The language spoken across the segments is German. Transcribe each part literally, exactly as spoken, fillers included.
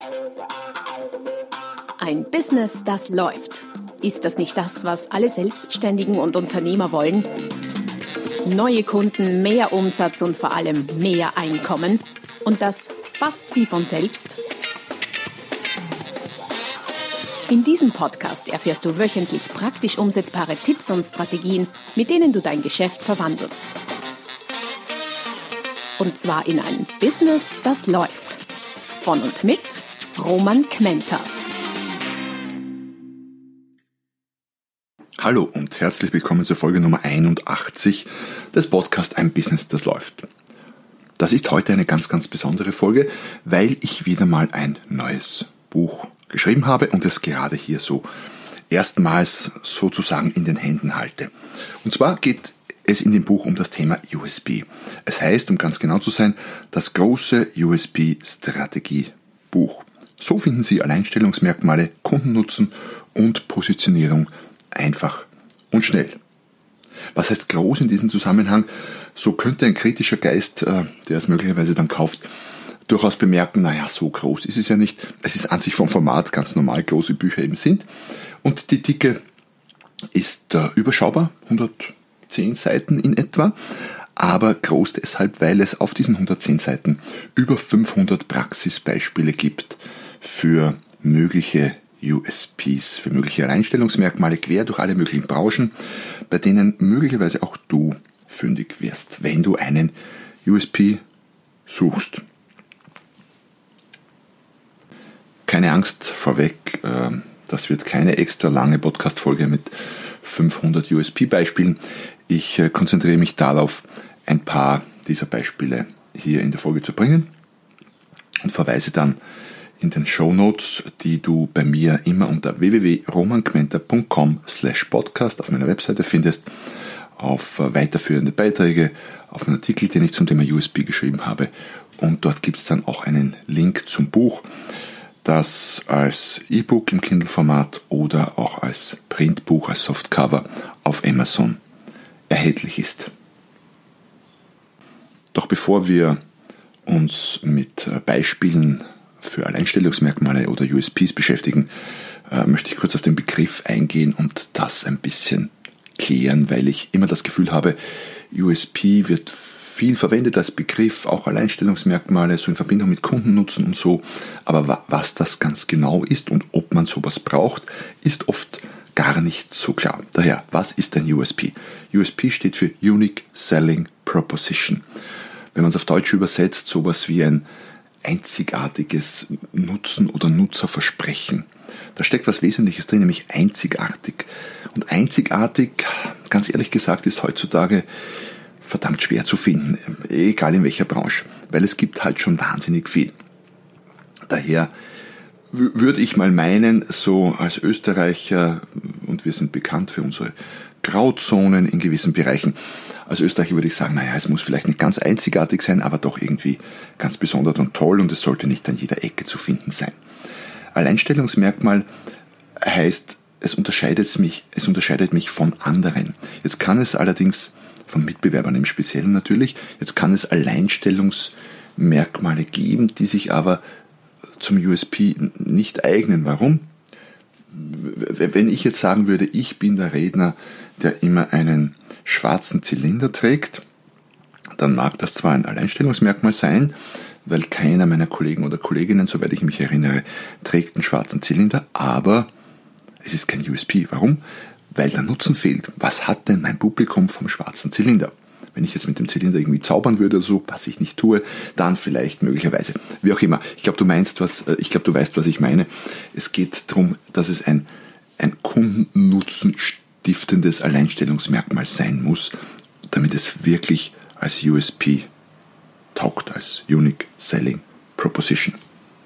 Ein Business, das läuft. Ist das nicht das, was alle Selbstständigen und Unternehmer wollen? Neue Kunden, mehr Umsatz und vor allem mehr Einkommen. Und das fast wie von selbst? In diesem Podcast erfährst du wöchentlich praktisch umsetzbare Tipps und Strategien, mit denen du dein Geschäft verwandelst. Und zwar in ein Business, das läuft. Von und mit Roman Kmenter. Hallo und herzlich willkommen zur Folge Nummer einundachtzig des Podcasts Ein Business, das läuft. Das ist heute eine ganz, ganz besondere Folge, weil ich wieder mal ein neues Buch geschrieben habe und es gerade hier so erstmals sozusagen in den Händen halte. Und zwar geht es in dem Buch um das Thema U S P. Es heißt, um ganz genau zu sein, das große U S P-Strategiebuch. So finden Sie Alleinstellungsmerkmale, Kundennutzen und Positionierung einfach und schnell. Was heißt groß in diesem Zusammenhang? So könnte ein kritischer Geist, der es möglicherweise dann kauft, durchaus bemerken, naja, so groß ist es ja nicht. Es ist an sich vom Format ganz normal, große Bücher eben sind. Und die Dicke ist äh, überschaubar, hundertzehn Seiten in etwa, aber groß deshalb, weil es auf diesen hundertzehn Seiten über fünfhundert Praxisbeispiele gibt für mögliche U S Ps, für mögliche Alleinstellungsmerkmale quer durch alle möglichen Branchen, bei denen möglicherweise auch du fündig wirst, wenn du einen U S P suchst. Keine Angst vorweg, das wird keine extra lange Podcast-Folge mit fünfhundert U S P-Beispielen. Ich konzentriere mich darauf, ein paar dieser Beispiele hier in der Folge zu bringen und verweise dann in den Shownotes, die du bei mir immer unter w w w punkt roman kmenter punkt com slash podcast auf meiner Webseite findest, auf weiterführende Beiträge, auf einen Artikel, den ich zum Thema U S P geschrieben habe. Und dort gibt es dann auch einen Link zum Buch, das als E-Book im Kindle-Format oder auch als Printbuch, als Softcover auf Amazon erhältlich ist. Doch bevor wir uns mit Beispielen für Alleinstellungsmerkmale oder U S Ps beschäftigen, äh, möchte ich kurz auf den Begriff eingehen und das ein bisschen klären, weil ich immer das Gefühl habe, U S P wird viel verwendet als Begriff, auch Alleinstellungsmerkmale, so in Verbindung mit Kundennutzen und so, aber wa- was das ganz genau ist und ob man sowas braucht, ist oft gar nicht so klar. Daher, was ist ein U S P? U S P steht für Unique Selling Proposition. Wenn man es auf Deutsch übersetzt, sowas wie ein einzigartiges Nutzen- oder Nutzerversprechen. Da steckt was Wesentliches drin, nämlich einzigartig. Und einzigartig, ganz ehrlich gesagt, ist heutzutage verdammt schwer zu finden, egal in welcher Branche, weil es gibt halt schon wahnsinnig viel. Daher w- würde ich mal meinen, so als Österreicher, und wir sind bekannt für unsere Grauzonen in gewissen Bereichen, als Österreicher würde ich sagen, naja, es muss vielleicht nicht ganz einzigartig sein, aber doch irgendwie ganz besonders und toll und es sollte nicht an jeder Ecke zu finden sein. Alleinstellungsmerkmal heißt, es unterscheidet mich, es unterscheidet mich von anderen. Jetzt kann es allerdings, von Mitbewerbern im Speziellen natürlich, jetzt kann es Alleinstellungsmerkmale geben, die sich aber zum U S P nicht eignen. Warum? Wenn ich jetzt sagen würde, ich bin der Redner, der immer einen schwarzen Zylinder trägt, dann mag das zwar ein Alleinstellungsmerkmal sein, weil keiner meiner Kollegen oder Kolleginnen, soweit ich mich erinnere, trägt einen schwarzen Zylinder, aber es ist kein U S P. Warum? Weil der Nutzen fehlt. Was hat denn mein Publikum vom schwarzen Zylinder? Wenn ich jetzt mit dem Zylinder irgendwie zaubern würde oder so, was ich nicht tue, dann vielleicht möglicherweise. Wie auch immer. Ich glaube, du meinst was, ich glaube, du weißt, was ich meine. Es geht darum, dass es ein, ein Kundennutzen stiftendes Alleinstellungsmerkmal sein muss, damit es wirklich als U S P taugt, als Unique Selling Proposition.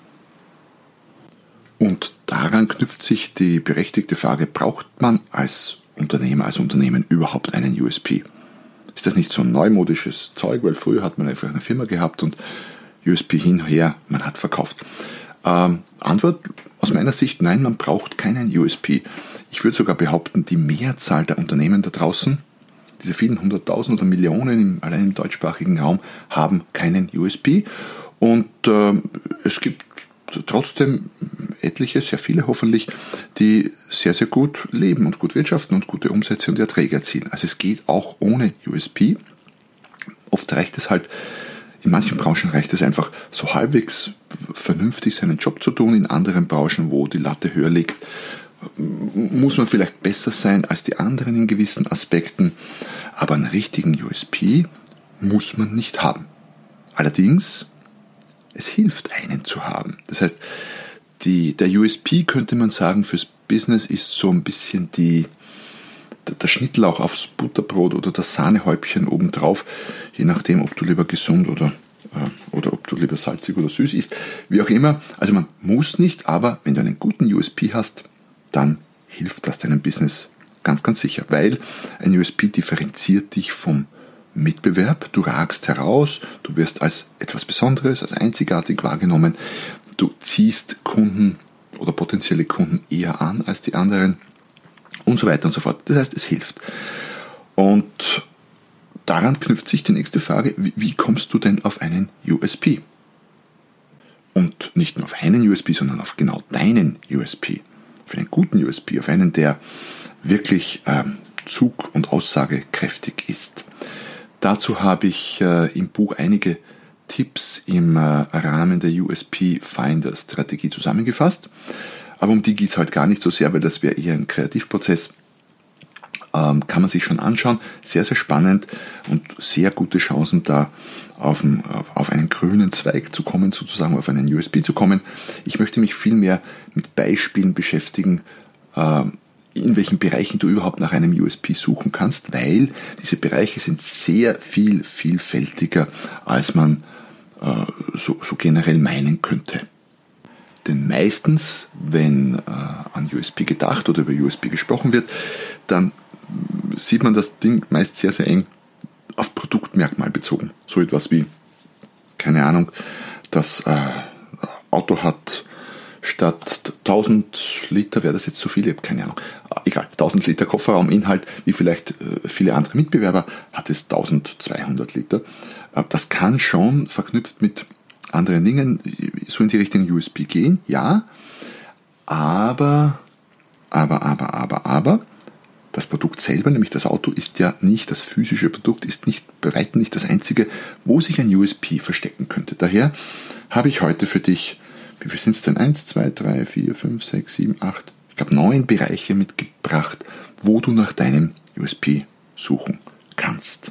Und daran knüpft sich die berechtigte Frage, braucht man als Unternehmer, als Unternehmen überhaupt einen U S P? Ist das nicht so ein neumodisches Zeug, weil früher hat man einfach eine Firma gehabt und U S P hin, her, man hat verkauft. Ähm, Antwort aus meiner Sicht, nein, man braucht keinen U S P. Ich würde sogar behaupten, die Mehrzahl der Unternehmen da draußen, diese vielen hunderttausend oder Millionen im, allein im deutschsprachigen Raum, haben keinen U S P. Und äh, es gibt trotzdem etliche, sehr viele hoffentlich, die sehr, sehr gut leben und gut wirtschaften und gute Umsätze und Erträge erzielen. Also es geht auch ohne U S P. Oft reicht es halt, in manchen Branchen reicht es einfach so halbwegs vernünftig seinen Job zu tun. In anderen Branchen, wo die Latte höher liegt, muss man vielleicht besser sein als die anderen in gewissen Aspekten. Aber einen richtigen U S P muss man nicht haben. Allerdings, es hilft, einen zu haben. Das heißt, die, der U S P, könnte man sagen, fürs Business ist so ein bisschen die, der, der Schnittlauch aufs Butterbrot oder das Sahnehäubchen obendrauf, je nachdem, ob du lieber gesund oder, äh, oder ob du lieber salzig oder süß isst, wie auch immer. Also man muss nicht, aber wenn du einen guten U S P hast, dann hilft das deinem Business ganz, ganz sicher, weil ein U S P differenziert dich vom Mitbewerb, du ragst heraus, du wirst als etwas Besonderes, als einzigartig wahrgenommen, du ziehst Kunden oder potenzielle Kunden eher an als die anderen und so weiter und so fort. Das heißt, es hilft. Und daran knüpft sich die nächste Frage, wie, wie kommst du denn auf einen U S P? Und nicht nur auf einen U S P, sondern auf genau deinen U S P. Auf einen guten U S P, auf einen, der wirklich ähm, zug- und aussagekräftig ist. Dazu habe ich äh, im Buch einige Tipps im äh, Rahmen der U S P Finder Strategie zusammengefasst. Aber um die geht es heute gar nicht so sehr, weil das wäre eher ein Kreativprozess. Ähm, kann man sich schon anschauen. Sehr, sehr spannend und sehr gute Chancen, da auf, ein, auf einen grünen Zweig zu kommen, sozusagen auf einen U S P zu kommen. Ich möchte mich viel mehr mit Beispielen beschäftigen, äh, in welchen Bereichen du überhaupt nach einem U S P suchen kannst, weil diese Bereiche sind sehr viel vielfältiger, als man äh, so, so generell meinen könnte. Denn meistens, wenn äh, an U S P gedacht oder über U S P gesprochen wird, dann sieht man das Ding meist sehr, sehr eng auf Produktmerkmal bezogen. So etwas wie, keine Ahnung, das äh, Auto hat statt tausend Liter, wäre das jetzt zu viel, ich habe keine Ahnung, egal, tausend Liter Kofferrauminhalt, wie vielleicht äh, viele andere Mitbewerber, hat es eintausendzweihundert Liter. Äh, das kann schon verknüpft mit anderen Dingen so in die Richtung U S P gehen, ja, aber, aber, aber, aber, aber, das Produkt selber, nämlich das Auto, ist ja nicht, das physische Produkt ist nicht, bei weitem nicht das einzige, wo sich ein U S P verstecken könnte. Daher habe ich heute für dich, wie viel sind es denn? eins, zwei, drei, vier, fünf, sechs, sieben, acht, ich glaube neun Bereiche mitgebracht, wo du nach deinem U S P suchen kannst.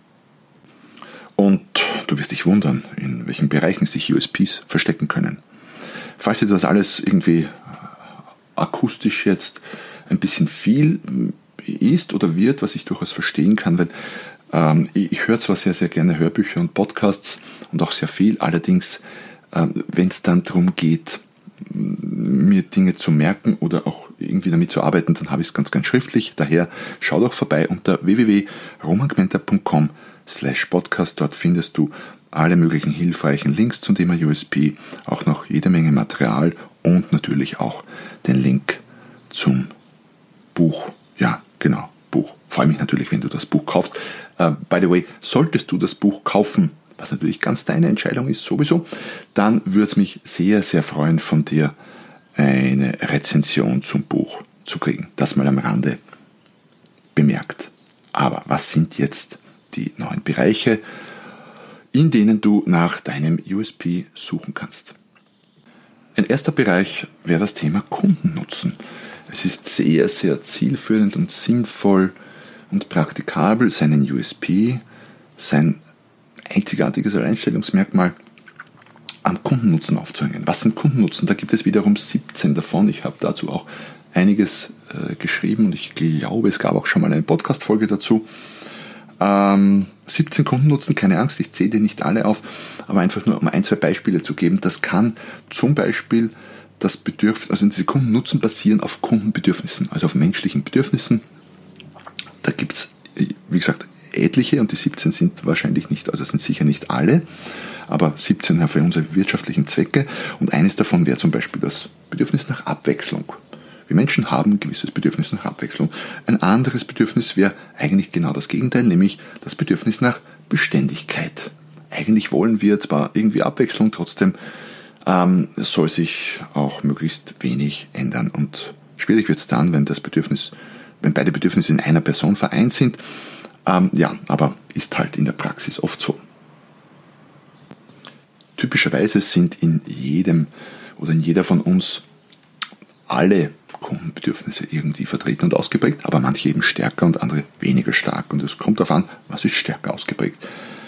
Und du wirst dich wundern, in welchen Bereichen sich U S Ps verstecken können. Falls dir das alles irgendwie akustisch jetzt ein bisschen viel ist oder wird, was ich durchaus verstehen kann, weil ähm, ich höre zwar sehr, sehr gerne Hörbücher und Podcasts und auch sehr viel, allerdings, ähm, wenn es dann darum geht, mir Dinge zu merken oder auch irgendwie damit zu arbeiten, dann habe ich es ganz, ganz schriftlich. Daher schau doch vorbei unter w w w punkt romangmenta punkt com slash podcast. Dort findest du alle möglichen hilfreichen Links zum Thema U S P, auch noch jede Menge Material und natürlich auch den Link zum Buch. Ja, genau, Buch. Freue mich natürlich, wenn du das Buch kaufst. Uh, by the way, solltest du das Buch kaufen, was natürlich ganz deine Entscheidung ist sowieso, dann würde es mich sehr, sehr freuen, von dir eine Rezension zum Buch zu kriegen. Das mal am Rande bemerkt. Aber was sind jetzt die neuen Bereiche, in denen du nach deinem U S P suchen kannst? Ein erster Bereich wäre das Thema Kundennutzen. Es ist sehr, sehr zielführend und sinnvoll und praktikabel, seinen U S P, sein einzigartiges Alleinstellungsmerkmal am Kundennutzen aufzuhängen. Was sind Kundennutzen? Da gibt es wiederum siebzehn davon. Ich habe dazu auch einiges äh, geschrieben und ich glaube, es gab auch schon mal eine Podcast-Folge dazu. Ähm, siebzehn Kundennutzen, keine Angst, ich zähle dir nicht alle auf, aber einfach nur um ein, zwei Beispiele zu geben. Das kann zum Beispiel das Bedürfnis, also diese Kundennutzen basieren auf Kundenbedürfnissen, also auf menschlichen Bedürfnissen. Da gibt es, wie gesagt, etliche und die siebzehn sind wahrscheinlich nicht, also sind sicher nicht alle, aber siebzehn für unsere wirtschaftlichen Zwecke und eines davon wäre zum Beispiel das Bedürfnis nach Abwechslung. Wir Menschen haben ein gewisses Bedürfnis nach Abwechslung. Ein anderes Bedürfnis wäre eigentlich genau das Gegenteil, nämlich das Bedürfnis nach Beständigkeit. Eigentlich wollen wir zwar irgendwie Abwechslung, trotzdem ähm, soll sich auch möglichst wenig ändern. Und schwierig wird es dann, wenn das Bedürfnis, wenn beide Bedürfnisse in einer Person vereint sind. Ähm, ja, aber ist halt in der Praxis oft so. Typischerweise sind in jedem oder in jeder von uns alle Kundenbedürfnisse irgendwie vertreten und ausgeprägt, aber manche eben stärker und andere weniger stark. Und es kommt darauf an, was ist stärker ausgeprägt.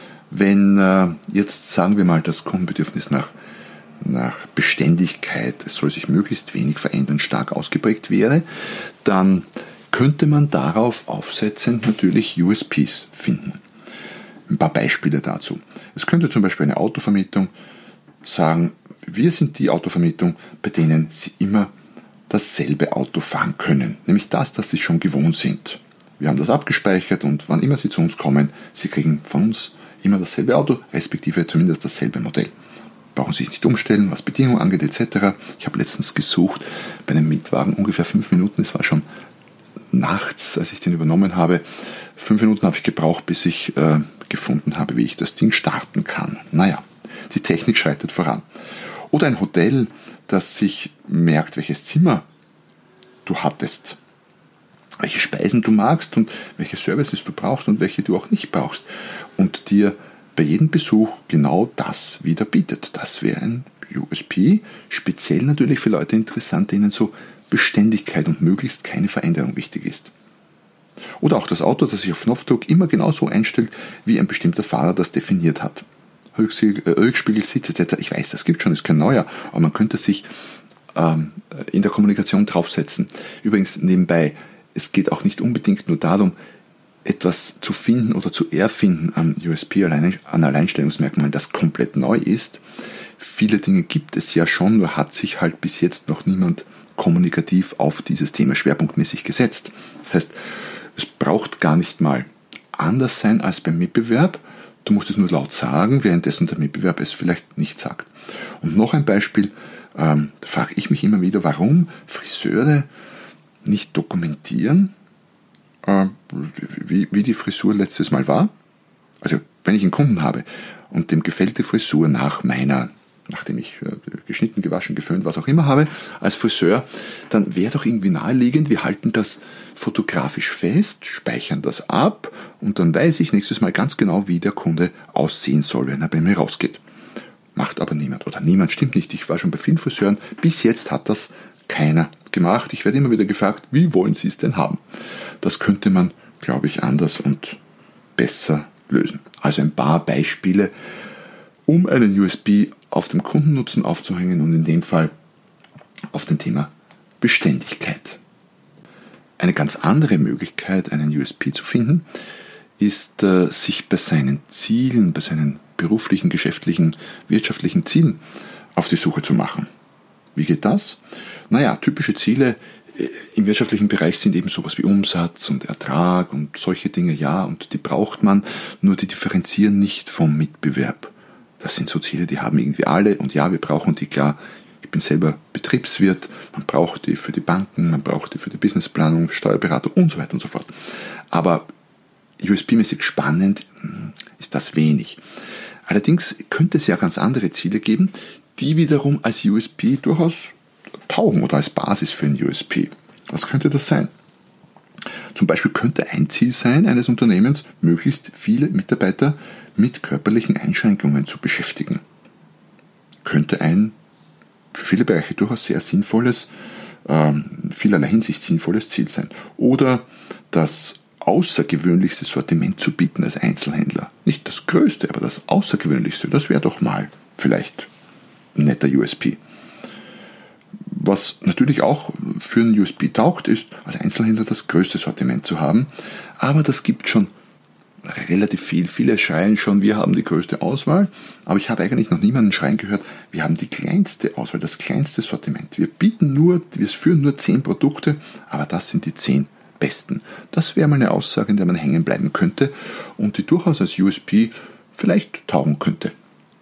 Wenn äh, jetzt sagen wir mal das Kundenbedürfnis nach, nach Beständigkeit, es soll sich möglichst wenig verändern, stark ausgeprägt wäre, dann könnte man darauf aufsetzend natürlich U S Ps finden. Ein paar Beispiele dazu. Es könnte zum Beispiel eine Autovermietung sagen, wir sind die Autovermietung, bei denen Sie immer dasselbe Auto fahren können. Nämlich das, das Sie schon gewohnt sind. Wir haben das abgespeichert und wann immer Sie zu uns kommen, Sie kriegen von uns immer dasselbe Auto, respektive zumindest dasselbe Modell. Brauchen Sie sich nicht umstellen, was Bedienung angeht et cetera. Ich habe letztens gesucht bei einem Mietwagen ungefähr fünf Minuten, es war schon nachts, als ich den übernommen habe. Fünf Minuten habe ich gebraucht, bis ich äh, gefunden habe, wie ich das Ding starten kann. Naja, die Technik schreitet voran. Oder ein Hotel, das sich merkt, welches Zimmer du hattest, welche Speisen du magst und welche Services du brauchst und welche du auch nicht brauchst. Und dir bei jedem Besuch genau das wieder bietet. Das wäre ein U S P, speziell natürlich für Leute interessant, denen so Beständigkeit und möglichst keine Veränderung wichtig ist. Oder auch das Auto, das sich auf Knopfdruck immer genau so einstellt, wie ein bestimmter Fahrer das definiert hat. Rückspiegelsitz et cetera. Ich weiß, das gibt schon, ist kein neuer, aber man könnte sich ähm, in der Kommunikation draufsetzen. Übrigens nebenbei, es geht auch nicht unbedingt nur darum, etwas zu finden oder zu erfinden an U S P, an Alleinstellungsmerkmalen, das komplett neu ist. Viele Dinge gibt es ja schon, nur hat sich halt bis jetzt noch niemand kommunikativ auf dieses Thema schwerpunktmäßig gesetzt. Das heißt, es braucht gar nicht mal anders sein als beim Mitbewerb. Du musst es nur laut sagen, währenddessen der Mitbewerb es vielleicht nicht sagt. Und noch ein Beispiel, ähm, da frage ich mich immer wieder, warum Friseure nicht dokumentieren, äh, wie, wie die Frisur letztes Mal war. Also wenn ich einen Kunden habe und dem gefällt die Frisur nach meiner, nachdem ich äh, geschnitten, gewaschen, geföhnt, was auch immer habe, als Friseur, dann wäre doch irgendwie naheliegend, wir halten das fotografisch fest, speichern das ab und dann weiß ich nächstes Mal ganz genau, wie der Kunde aussehen soll, wenn er bei mir rausgeht. Macht aber niemand oder niemand, stimmt nicht. Ich war schon bei vielen Friseuren, bis jetzt hat das keiner gemacht. Ich werde immer wieder gefragt, wie wollen Sie es denn haben? Das könnte man, glaube ich, anders und besser lösen. Also ein paar Beispiele, um einen U S P auf dem Kundennutzen aufzuhängen und in dem Fall auf dem Thema Beständigkeit. Eine ganz andere Möglichkeit, einen U S P zu finden, ist, äh, sich bei seinen Zielen, bei seinen beruflichen, geschäftlichen, wirtschaftlichen Zielen auf die Suche zu machen. Wie geht das? Naja, typische Ziele äh, im wirtschaftlichen Bereich sind eben sowas wie Umsatz und Ertrag und solche Dinge, ja, und die braucht man, nur die differenzieren nicht vom Mitbewerb. Das sind so Ziele, die haben irgendwie alle und ja, wir brauchen die, klar. Ich bin selber Betriebswirt, man braucht die für die Banken, man braucht die für die Businessplanung, Steuerberater und so weiter und so fort. Aber U S P-mäßig spannend ist das wenig. Allerdings könnte es ja ganz andere Ziele geben, die wiederum als U S P durchaus taugen oder als Basis für ein U S P. Was könnte das sein? Zum Beispiel könnte ein Ziel sein, eines Unternehmens, möglichst viele Mitarbeiter mit körperlichen Einschränkungen zu beschäftigen. Könnte ein für viele Bereiche durchaus sehr sinnvolles, ähm, vielerlei Hinsicht sinnvolles Ziel sein. Oder das außergewöhnlichste Sortiment zu bieten als Einzelhändler. Nicht das größte, aber das außergewöhnlichste. Das wäre doch mal vielleicht ein netter U S P. Was natürlich auch für einen U S P taugt, ist, als Einzelhändler das größte Sortiment zu haben. Aber das gibt schon relativ viel. Viele schreien schon, wir haben die größte Auswahl, aber ich habe eigentlich noch niemanden schreien gehört, wir haben die kleinste Auswahl, das kleinste Sortiment. Wir bieten nur, wir führen nur zehn Produkte, aber das sind die zehn besten. Das wäre mal eine Aussage, in der man hängen bleiben könnte und die durchaus als U S P vielleicht taugen könnte.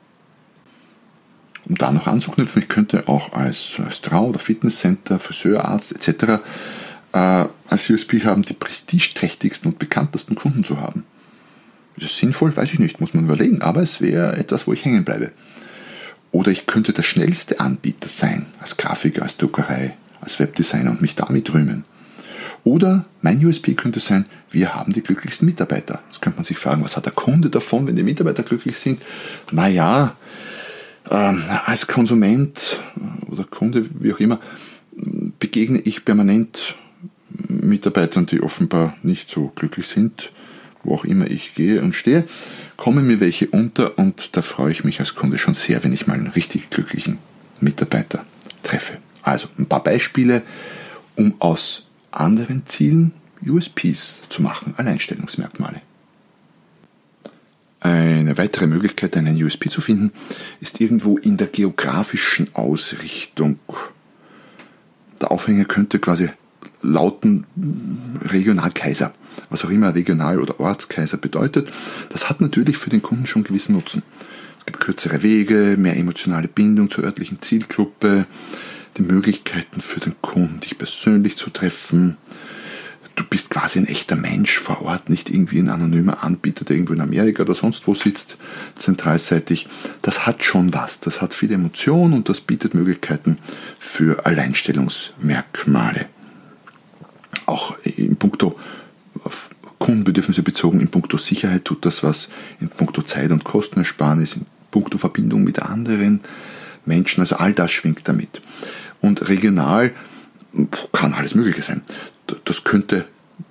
Um da noch anzuknüpfen, ich könnte auch als Restaurant oder Fitnesscenter, Friseur, Arzt et cetera äh, als U S P haben, die prestigeträchtigsten und bekanntesten Kunden zu haben. Ist das sinnvoll? Weiß ich nicht, muss man überlegen, aber es wäre etwas, wo ich hängen bleibe. Oder ich könnte der schnellste Anbieter sein, als Grafiker, als Druckerei, als Webdesigner und mich damit rühmen. Oder mein U S P könnte sein, wir haben die glücklichsten Mitarbeiter. Jetzt könnte man sich fragen, was hat der Kunde davon, wenn die Mitarbeiter glücklich sind? Naja, ähm, als Konsument oder Kunde, wie auch immer, begegne ich permanent Mitarbeitern, die offenbar nicht so glücklich sind, wo auch immer ich gehe und stehe, kommen mir welche unter und da freue ich mich als Kunde schon sehr, wenn ich mal einen richtig glücklichen Mitarbeiter treffe. Also ein paar Beispiele, um aus anderen Zielen U S Ps zu machen, Alleinstellungsmerkmale. Eine weitere Möglichkeit, einen U S P zu finden, ist irgendwo in der geografischen Ausrichtung. Der Aufhänger könnte quasi lauten Regionalkaiser, was auch immer Regional- oder Ortskaiser bedeutet. Das hat natürlich für den Kunden schon einen gewissen Nutzen. Es gibt kürzere Wege, mehr emotionale Bindung zur örtlichen Zielgruppe, die Möglichkeiten für den Kunden, dich persönlich zu treffen. Du bist quasi ein echter Mensch vor Ort, nicht irgendwie ein anonymer Anbieter, der irgendwo in Amerika oder sonst wo sitzt, zentralseitig. Das hat schon was, das hat viele Emotionen und das bietet Möglichkeiten für Alleinstellungsmerkmale. Auch in puncto auf Kundenbedürfnisse bezogen, in puncto Sicherheit tut das was, in puncto Zeit- und Kostenersparnis, in puncto Verbindung mit anderen Menschen, also all das schwingt damit. Und regional kann alles Mögliche sein. Das könnte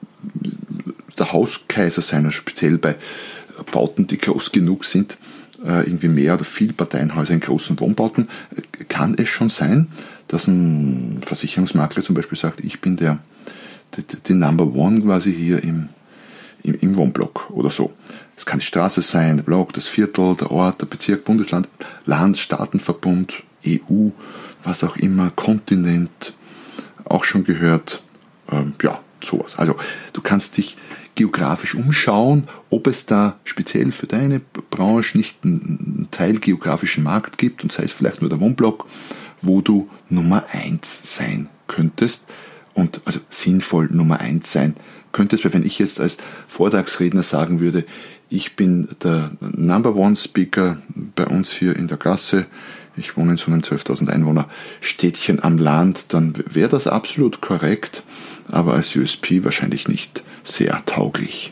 der Hauskaiser sein, also speziell bei Bauten, die groß genug sind, irgendwie mehr oder viel Parteienhäuser in großen Wohnbauten, kann es schon sein, dass ein Versicherungsmakler zum Beispiel sagt, ich bin der, der, der Number One quasi hier im, im, im Wohnblock oder so. Es kann die Straße sein, der Block, das Viertel, der Ort, der Bezirk, Bundesland, Land, Staatenverbund, E U, was auch immer, Kontinent, auch schon gehört, ähm, ja, sowas. Also du kannst dich geografisch umschauen, ob es da speziell für deine Branche nicht einen Teil geografischen Markt gibt und sei es vielleicht nur der Wohnblock, wo du Nummer eins sein könntest und also sinnvoll Nummer eins sein könntest, weil wenn ich jetzt als Vortragsredner sagen würde, ich bin der Number One Speaker bei uns hier in der Klasse, ich wohne in so einem zwölftausend Einwohner Städtchen am Land, dann wäre das absolut korrekt, aber als U S P wahrscheinlich nicht sehr tauglich.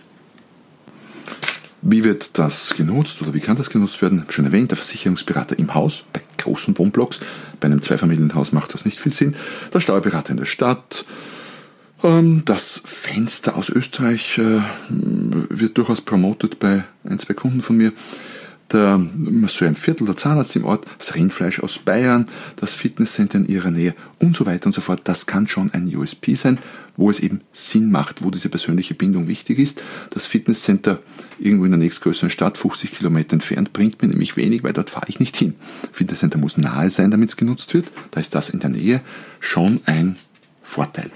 Wie wird das genutzt oder wie kann das genutzt werden? Ich habe schon erwähnt, der Versicherungsberater im Haus, bei großen Wohnblocks, bei einem Zweifamilienhaus macht das nicht viel Sinn, der Steuerberater in der Stadt, das Fenster aus Österreich wird durchaus promotet bei ein, zwei Kunden von mir. Der Masseur im Viertel, der Zahnarzt im Ort, das Rindfleisch aus Bayern, das Fitnesscenter in ihrer Nähe und so weiter und so fort. Das kann schon ein U S P sein, wo es eben Sinn macht, wo diese persönliche Bindung wichtig ist. Das Fitnesscenter irgendwo in der nächstgrößeren Stadt, fünfzig Kilometer entfernt, bringt mir nämlich wenig, weil dort fahre ich nicht hin. Fitnesscenter muss nahe sein, damit es genutzt wird. Da ist das in der Nähe schon ein Vorteil.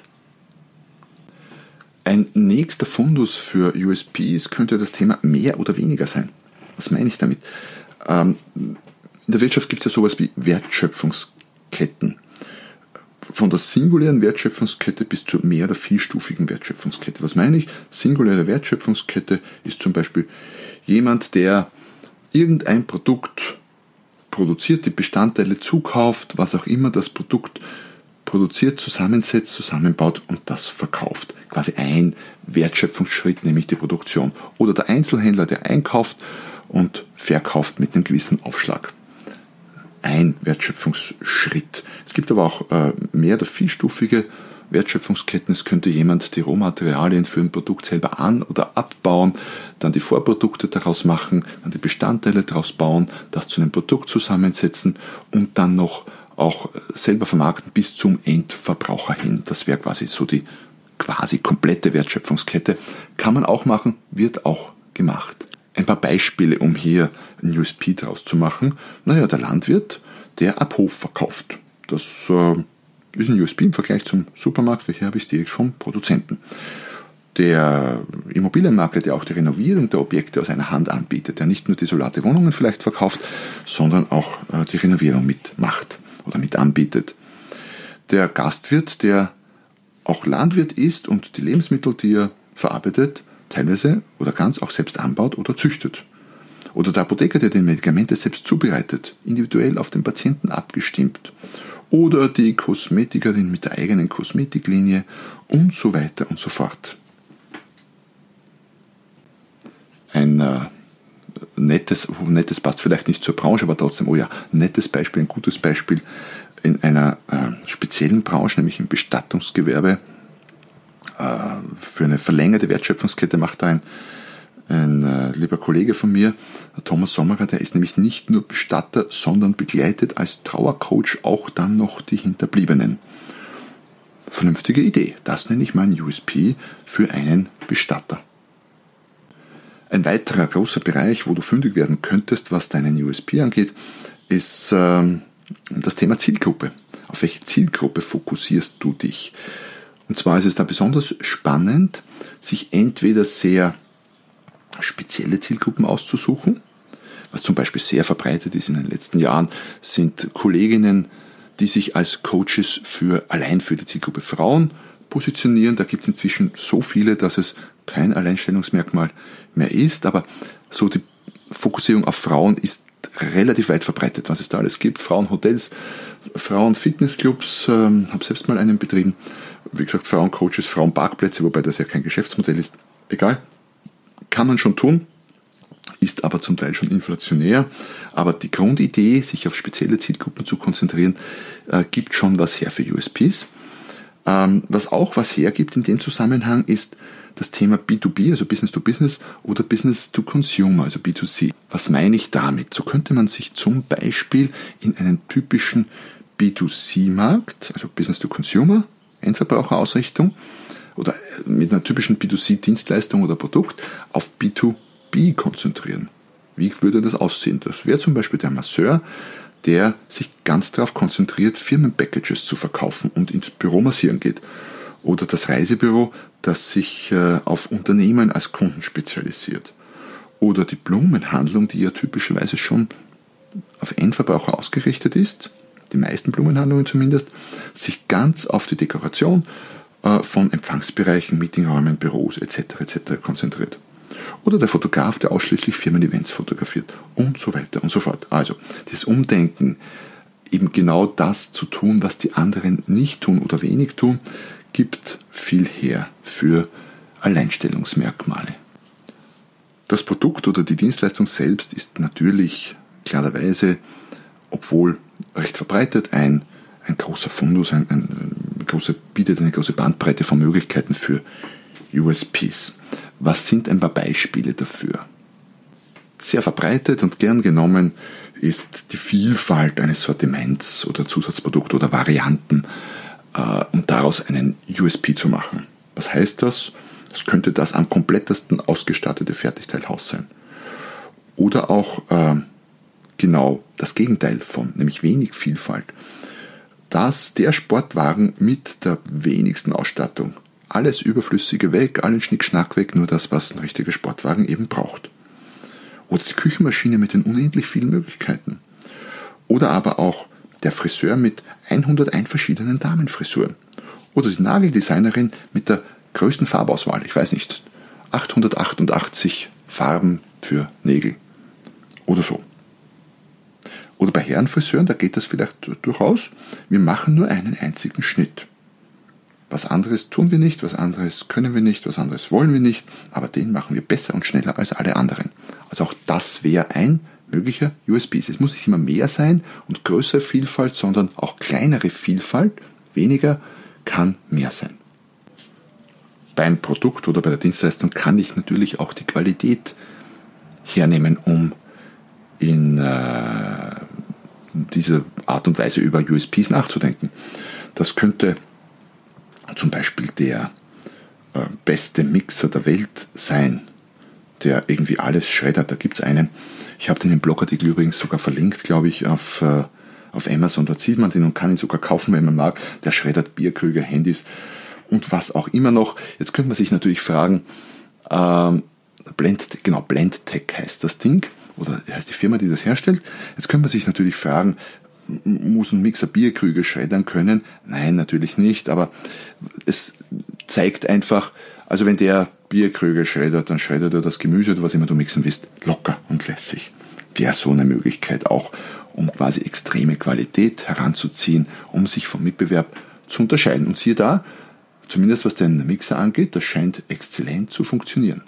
Ein nächster Fundus für U S Ps könnte das Thema mehr oder weniger sein. Was meine ich damit? Ähm, in der Wirtschaft gibt es ja sowas wie Wertschöpfungsketten. Von der singulären Wertschöpfungskette bis zur mehr- oder vielstufigen Wertschöpfungskette. Was meine ich? Singuläre Wertschöpfungskette ist zum Beispiel jemand, der irgendein Produkt produziert, die Bestandteile zukauft, was auch immer das Produkt produziert, zusammensetzt, zusammenbaut und das verkauft. Quasi ein Wertschöpfungsschritt, nämlich die Produktion. Oder der Einzelhändler, der einkauft und verkauft mit einem gewissen Aufschlag. Ein Wertschöpfungsschritt. Es gibt aber auch äh, mehr oder vielstufige Wertschöpfungsketten. Es könnte jemand die Rohmaterialien für ein Produkt selber an- oder abbauen, dann die Vorprodukte daraus machen, dann die Bestandteile daraus bauen, das zu einem Produkt zusammensetzen und dann noch auch selber vermarkten bis zum Endverbraucher hin. Das wäre quasi so die quasi komplette Wertschöpfungskette. Kann man auch machen, wird auch gemacht. Ein paar Beispiele, um hier ein U S P draus zu machen. Naja, der Landwirt, der ab Hof verkauft. Das äh, ist ein U S P im Vergleich zum Supermarkt, weil hier habe ich es direkt vom Produzenten. Der Immobilienmakler, der auch die Renovierung der Objekte aus einer Hand anbietet, der nicht nur desolate Wohnungen vielleicht verkauft, sondern auch äh, die Renovierung mitmacht oder mit anbietet. Der Gastwirt, der auch Landwirt ist und die Lebensmittel, die er verarbeitet, teilweise oder ganz auch selbst anbaut oder züchtet. Oder der Apotheker, der die Medikamente selbst zubereitet, individuell auf den Patienten abgestimmt. Oder die Kosmetikerin mit der eigenen Kosmetiklinie und so weiter und so fort. Ein äh, nettes, nettes passt vielleicht nicht zur Branche, aber trotzdem, oh ja, nettes Beispiel, ein gutes Beispiel in einer äh, speziellen Branche, nämlich im Bestattungsgewerbe. Äh, für eine verlängerte Wertschöpfungskette macht da ein Ein äh, lieber Kollege von mir, Thomas Sommerer, der ist nämlich nicht nur Bestatter, sondern begleitet als Trauercoach auch dann noch die Hinterbliebenen. Vernünftige Idee. Das nenne ich mal ein U S P für einen Bestatter. Ein weiterer großer Bereich, wo du fündig werden könntest, was deinen U S P angeht, ist äh, das Thema Zielgruppe. Auf welche Zielgruppe fokussierst du dich? Und zwar ist es da besonders spannend, sich entweder sehr spezielle Zielgruppen auszusuchen. Was zum Beispiel sehr verbreitet ist in den letzten Jahren, sind Kolleginnen, die sich als Coaches für allein für die Zielgruppe Frauen positionieren. Da gibt es inzwischen so viele, dass es kein Alleinstellungsmerkmal mehr ist. Aber so die Fokussierung auf Frauen ist relativ weit verbreitet, was es da alles gibt. Frauenhotels, Frauenfitnessclubs, ähm, habe selbst mal einen betrieben. Wie gesagt, Frauencoaches, Frauenparkplätze, wobei das ja kein Geschäftsmodell ist. Egal. Kann man schon tun, ist aber zum Teil schon inflationär. Aber die Grundidee, sich auf spezielle Zielgruppen zu konzentrieren, äh, gibt schon was her für U S Ps. Ähm, was auch was hergibt in dem Zusammenhang ist das Thema B to B, also Business to Business oder Business to Consumer, also B to C. Was meine ich damit? So könnte man sich zum Beispiel in einen typischen B to C-Markt, also Business to Consumer, Endverbraucherausrichtung, oder mit einer typischen B to C-Dienstleistung oder Produkt auf B to B konzentrieren. Wie würde das aussehen? Das wäre zum Beispiel der Masseur, der sich ganz darauf konzentriert, Firmenpackages zu verkaufen und ins Büro massieren geht. Oder das Reisebüro, das sich auf Unternehmen als Kunden spezialisiert. Oder die Blumenhandlung, die ja typischerweise schon auf Endverbraucher ausgerichtet ist, die meisten Blumenhandlungen zumindest, sich ganz auf die Dekoration von Empfangsbereichen, Meetingräumen, Büros et cetera et cetera konzentriert. Oder der Fotograf, der ausschließlich Firmen-Events fotografiert und so weiter und so fort. Also das Umdenken, eben genau das zu tun, was die anderen nicht tun oder wenig tun, gibt viel her für Alleinstellungsmerkmale. Das Produkt oder die Dienstleistung selbst ist natürlich klarerweise, obwohl recht verbreitet, ein, ein großer Fundus, ein, ein, ein große, bietet eine große Bandbreite von Möglichkeiten für U S Ps. Was sind ein paar Beispiele dafür? Sehr verbreitet und gern genommen ist die Vielfalt eines Sortiments oder Zusatzprodukte oder Varianten, äh, um daraus einen U S P zu machen. Was heißt das? Es könnte das am komplettesten ausgestattete Fertigteilhaus sein. Oder auch äh, genau das Gegenteil von, nämlich wenig Vielfalt. Dass der Sportwagen mit der wenigsten Ausstattung, alles Überflüssige weg, allen Schnickschnack weg, nur das, was ein richtiger Sportwagen eben braucht. Oder die Küchenmaschine mit den unendlich vielen Möglichkeiten. Oder aber auch der Friseur mit hunderteins verschiedenen Damenfrisuren. Oder die Nageldesignerin mit der größten Farbauswahl, ich weiß nicht, achthundertachtundachtzig Farben für Nägel. Oder so. Oder bei Herrenfriseuren, da geht das vielleicht durchaus. Wir machen nur einen einzigen Schnitt. Was anderes tun wir nicht, was anderes können wir nicht, was anderes wollen wir nicht, aber den machen wir besser und schneller als alle anderen. Also auch das wäre ein möglicher U S P. Es muss nicht immer mehr sein und größere Vielfalt, sondern auch kleinere Vielfalt. Weniger kann mehr sein. Beim Produkt oder bei der Dienstleistung kann ich natürlich auch die Qualität hernehmen, um in äh, dieser Art und Weise über U S Ps nachzudenken. Das könnte zum Beispiel der äh, beste Mixer der Welt sein, der irgendwie alles schreddert. Da gibt es einen, ich habe den im Blogartikel übrigens sogar verlinkt, glaube ich, auf, äh, auf Amazon. Dort sieht man den und kann ihn sogar kaufen, wenn man mag. Der schreddert Bierkrüge, Handys und was auch immer noch. Jetzt könnte man sich natürlich fragen, ähm, Blend, genau, Blendtec heißt das Ding, oder heißt die Firma, die das herstellt. Jetzt könnte man sich natürlich fragen, muss ein Mixer Bierkrüge schreddern können? Nein, natürlich nicht, aber es zeigt einfach, also wenn der Bierkrüge schreddert, dann schreddert er das Gemüse oder was immer du mixen willst, locker und lässig. Wäre so eine Möglichkeit auch, um quasi extreme Qualität heranzuziehen, um sich vom Mitbewerb zu unterscheiden. Und siehe da, zumindest was den Mixer angeht, das scheint exzellent zu funktionieren.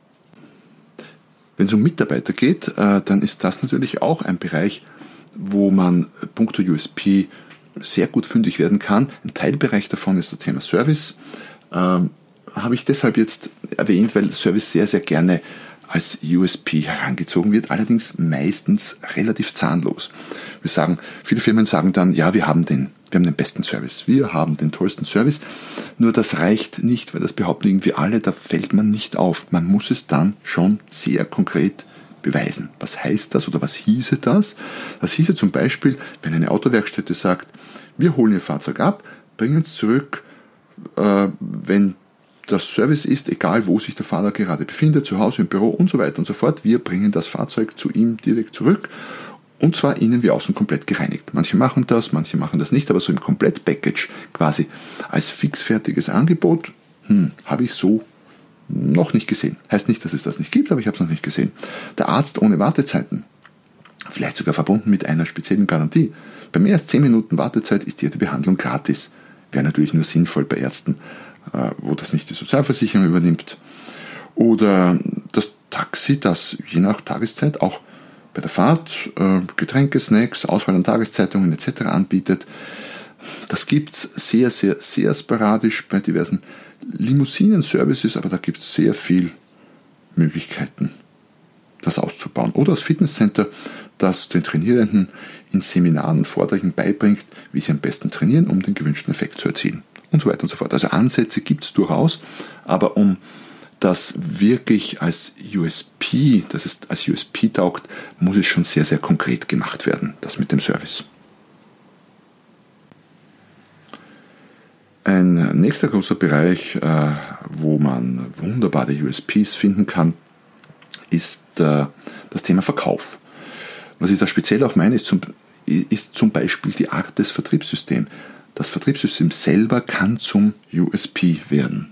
Wenn es um Mitarbeiter geht, dann ist das natürlich auch ein Bereich, wo man punkto U S P sehr gut fündig werden kann. Ein Teilbereich davon ist das Thema Service. Ähm, habe ich deshalb jetzt erwähnt, weil Service sehr, sehr gerne als U S P herangezogen wird, allerdings meistens relativ zahnlos. Wir sagen, viele Firmen sagen dann, ja, wir haben den, wir haben den besten Service, wir haben den tollsten Service. Nur das reicht nicht, weil das behaupten irgendwie alle, da fällt man nicht auf. Man muss es dann schon sehr konkret beweisen. Was heißt das oder was hieße das? Das hieße zum Beispiel, wenn eine Autowerkstätte sagt, wir holen Ihr Fahrzeug ab, bringen es zurück, äh, wenn das Service ist, egal wo sich der Fahrer gerade befindet, zu Hause, im Büro und so weiter und so fort. Wir bringen das Fahrzeug zu ihm direkt zurück und zwar innen wie außen komplett gereinigt. Manche machen das, manche machen das nicht, aber so im Komplett-Package quasi als fixfertiges Angebot hm, habe ich so noch nicht gesehen. Heißt nicht, dass es das nicht gibt, aber ich habe es noch nicht gesehen. Der Arzt ohne Wartezeiten, vielleicht sogar verbunden mit einer speziellen Garantie. Bei mehr als zehn Minuten Wartezeit ist jede Behandlung gratis. Wäre natürlich nur sinnvoll bei Ärzten, wo das nicht die Sozialversicherung übernimmt. Oder das Taxi, das je nach Tageszeit auch bei der Fahrt Getränke, Snacks, Auswahl an Tageszeitungen et cetera anbietet. Das gibt es sehr, sehr, sehr sporadisch bei diversen Limousinen-Services, aber da gibt es sehr viel Möglichkeiten, das auszubauen. Oder das Fitnesscenter, das den Trainierenden in Seminaren und Vorträgen beibringt, wie sie am besten trainieren, um den gewünschten Effekt zu erzielen. Und so weiter und so fort. Also Ansätze gibt es durchaus, aber um das wirklich als U S P, dass es als U S P taugt, muss es schon sehr, sehr konkret gemacht werden, das mit dem Service. Ein nächster großer Bereich, äh, wo man wunderbare U S Ps finden kann, ist äh, das Thema Verkauf. Was ich da speziell auch meine, ist zum, ist zum Beispiel die Art des Vertriebssystems. Das Vertriebssystem selber kann zum U S P werden.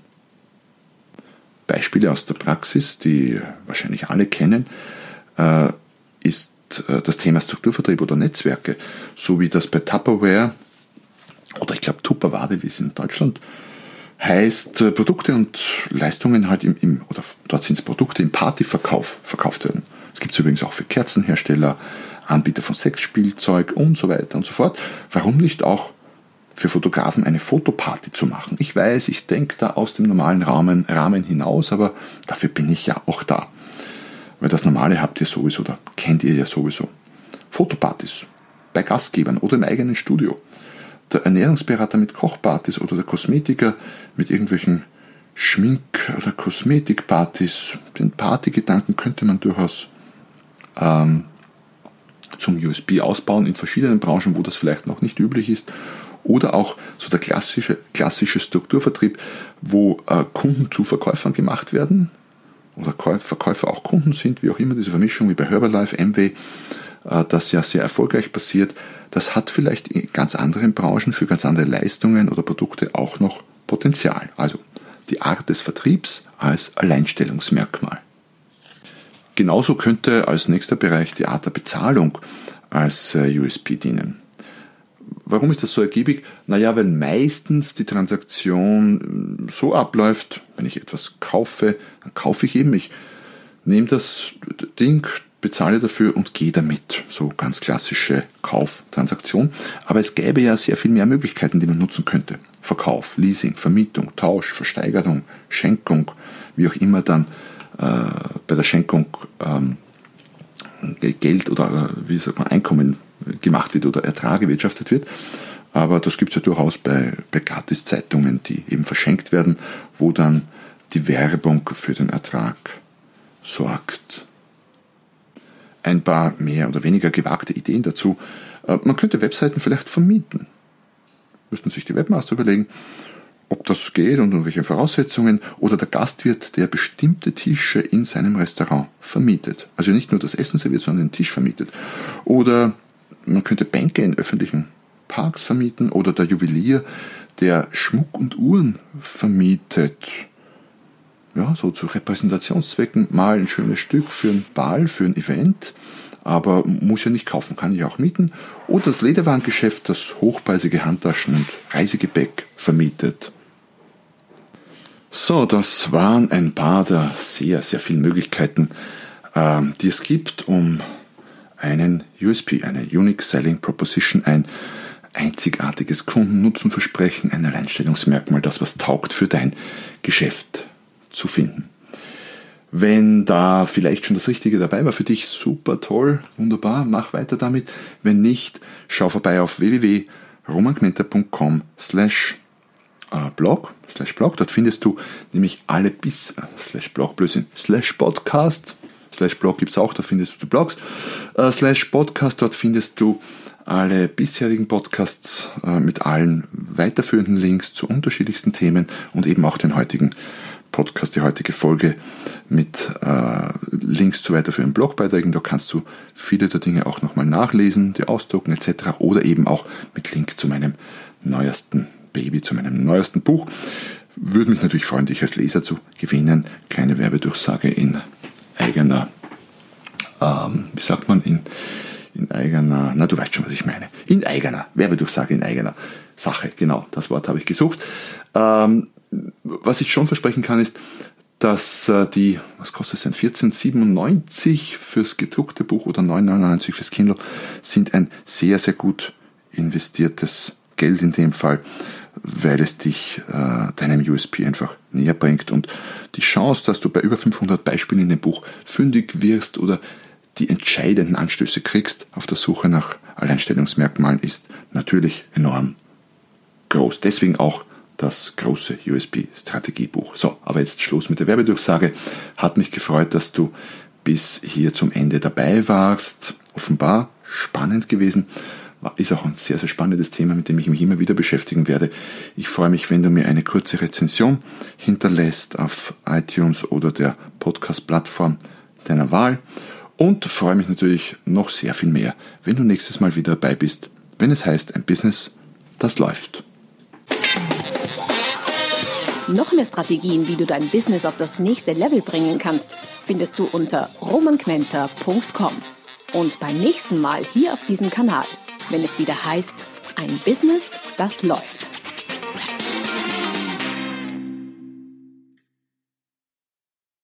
Beispiele aus der Praxis, die wahrscheinlich alle kennen, äh, ist äh, das Thema Strukturvertrieb oder Netzwerke, so wie das bei Tupperware oder ich glaube Tupperware, wie es in Deutschland heißt, äh, Produkte und Leistungen halt im, im oder dort sind es Produkte im Partyverkauf verkauft werden. Es gibt es übrigens auch für Kerzenhersteller, Anbieter von Sexspielzeug und so weiter und so fort. Warum nicht auch für Fotografen eine Fotoparty zu machen? Ich weiß, ich denke da aus dem normalen Rahmen, Rahmen hinaus, aber dafür bin ich ja auch da. Weil das Normale habt ihr sowieso, oder kennt ihr ja sowieso. Fotopartys bei Gastgebern oder im eigenen Studio. Der Ernährungsberater mit Kochpartys oder der Kosmetiker mit irgendwelchen Schmink- oder Kosmetikpartys. Den Partygedanken könnte man durchaus ähm, zum U S P ausbauen in verschiedenen Branchen, wo das vielleicht noch nicht üblich ist. Oder auch so der klassische, klassische Strukturvertrieb, wo äh, Kunden zu Verkäufern gemacht werden oder Verkäufer auch Kunden sind, wie auch immer, diese Vermischung wie bei Herbalife, Amway, äh, das ja sehr erfolgreich passiert. Das hat vielleicht in ganz anderen Branchen für ganz andere Leistungen oder Produkte auch noch Potenzial. Also die Art des Vertriebs als Alleinstellungsmerkmal. Genauso könnte als nächster Bereich die Art der Bezahlung als äh, U S P dienen. Warum ist das so ergiebig? Naja, weil meistens die Transaktion so abläuft, wenn ich etwas kaufe, dann kaufe ich eben, ich nehme das Ding, bezahle dafür und gehe damit. So ganz klassische Kauftransaktion. Aber es gäbe ja sehr viel mehr Möglichkeiten, die man nutzen könnte. Verkauf, Leasing, Vermietung, Tausch, Versteigerung, Schenkung, wie auch immer dann äh, bei der Schenkung ähm, Geld oder äh, wie sagt man, Einkommen gemacht wird oder Ertrag erwirtschaftet wird. Aber das gibt es ja durchaus bei, bei Gratiszeitungen, die eben verschenkt werden, wo dann die Werbung für den Ertrag sorgt. Ein paar mehr oder weniger gewagte Ideen dazu. Man könnte Webseiten vielleicht vermieten. Müssten sich die Webmaster überlegen, ob das geht und unter welchen Voraussetzungen. Oder der Gastwirt, der bestimmte Tische in seinem Restaurant vermietet. Also nicht nur das Essen serviert, sondern den Tisch vermietet. Oder man könnte Bänke in öffentlichen Parks vermieten. Oder der Juwelier, der Schmuck und Uhren vermietet. ja, so zu Repräsentationszwecken mal ein schönes Stück für ein Ball, für ein Event, aber muss ja nicht kaufen, kann ich auch mieten. Oder das Lederwarengeschäft, das hochpreisige Handtaschen und Reisegepäck vermietet. So, das waren ein paar der sehr, sehr vielen Möglichkeiten, ähm, die es gibt, um einen U S P, eine Unique Selling Proposition, ein einzigartiges Kundennutzenversprechen, ein Alleinstellungsmerkmal, das was taugt für dein Geschäft zu finden. Wenn da vielleicht schon das Richtige dabei war für dich, super toll, wunderbar, mach weiter damit. Wenn nicht, schau vorbei auf w w w punkt roman kmenter punkt com slash blog, slash blog. Dort findest du nämlich alle bis, äh, slash blog, Blödsinn, slash podcast, slash blog gibt es auch, da findest du die Blogs, äh, slash podcast, dort findest du alle bisherigen Podcasts äh, mit allen weiterführenden Links zu unterschiedlichsten Themen und eben auch den heutigen Podcast, die heutige Folge mit äh, Links zu weiterführenden Blogbeiträgen. Da kannst du viele der Dinge auch nochmal nachlesen, die ausdrucken et cetera. Oder eben auch mit Link zu meinem neuesten Baby, zu meinem neuesten Buch. Würde mich natürlich freuen, dich als Leser zu gewinnen. Kleine Werbedurchsage in eigener, ähm, wie sagt man, in, in eigener, na du weißt schon, was ich meine. In eigener, Werbedurchsage in eigener Sache. Genau, das Wort habe ich gesucht. Ähm, was ich schon versprechen kann, ist, dass äh, die, was kostet es denn, vierzehn siebenundneunzig fürs gedruckte Buch oder neun neunundneunzig fürs Kindle, sind ein sehr, sehr gut investiertes Geld in dem Fall, weil es dich äh, deinem U S P einfach näher bringt und die Chance, dass du bei über fünfhundert Beispielen in dem Buch fündig wirst oder die entscheidenden Anstöße kriegst auf der Suche nach Alleinstellungsmerkmalen, ist natürlich enorm groß. Deswegen auch das große U S P-Strategiebuch. So, aber jetzt Schluss mit der Werbedurchsage. Hat mich gefreut, dass du bis hier zum Ende dabei warst. Offenbar spannend gewesen. Ist auch ein sehr, sehr spannendes Thema, mit dem ich mich immer wieder beschäftigen werde. Ich freue mich, wenn du mir eine kurze Rezension hinterlässt auf iTunes oder der Podcast-Plattform deiner Wahl. Und freue mich natürlich noch sehr viel mehr, wenn du nächstes Mal wieder dabei bist, wenn es heißt, ein Business, das läuft. Noch mehr Strategien, wie du dein Business auf das nächste Level bringen kannst, findest du unter roman kmenter punkt com. Und beim nächsten Mal hier auf diesem Kanal, wenn es wieder heißt, ein Business, das läuft.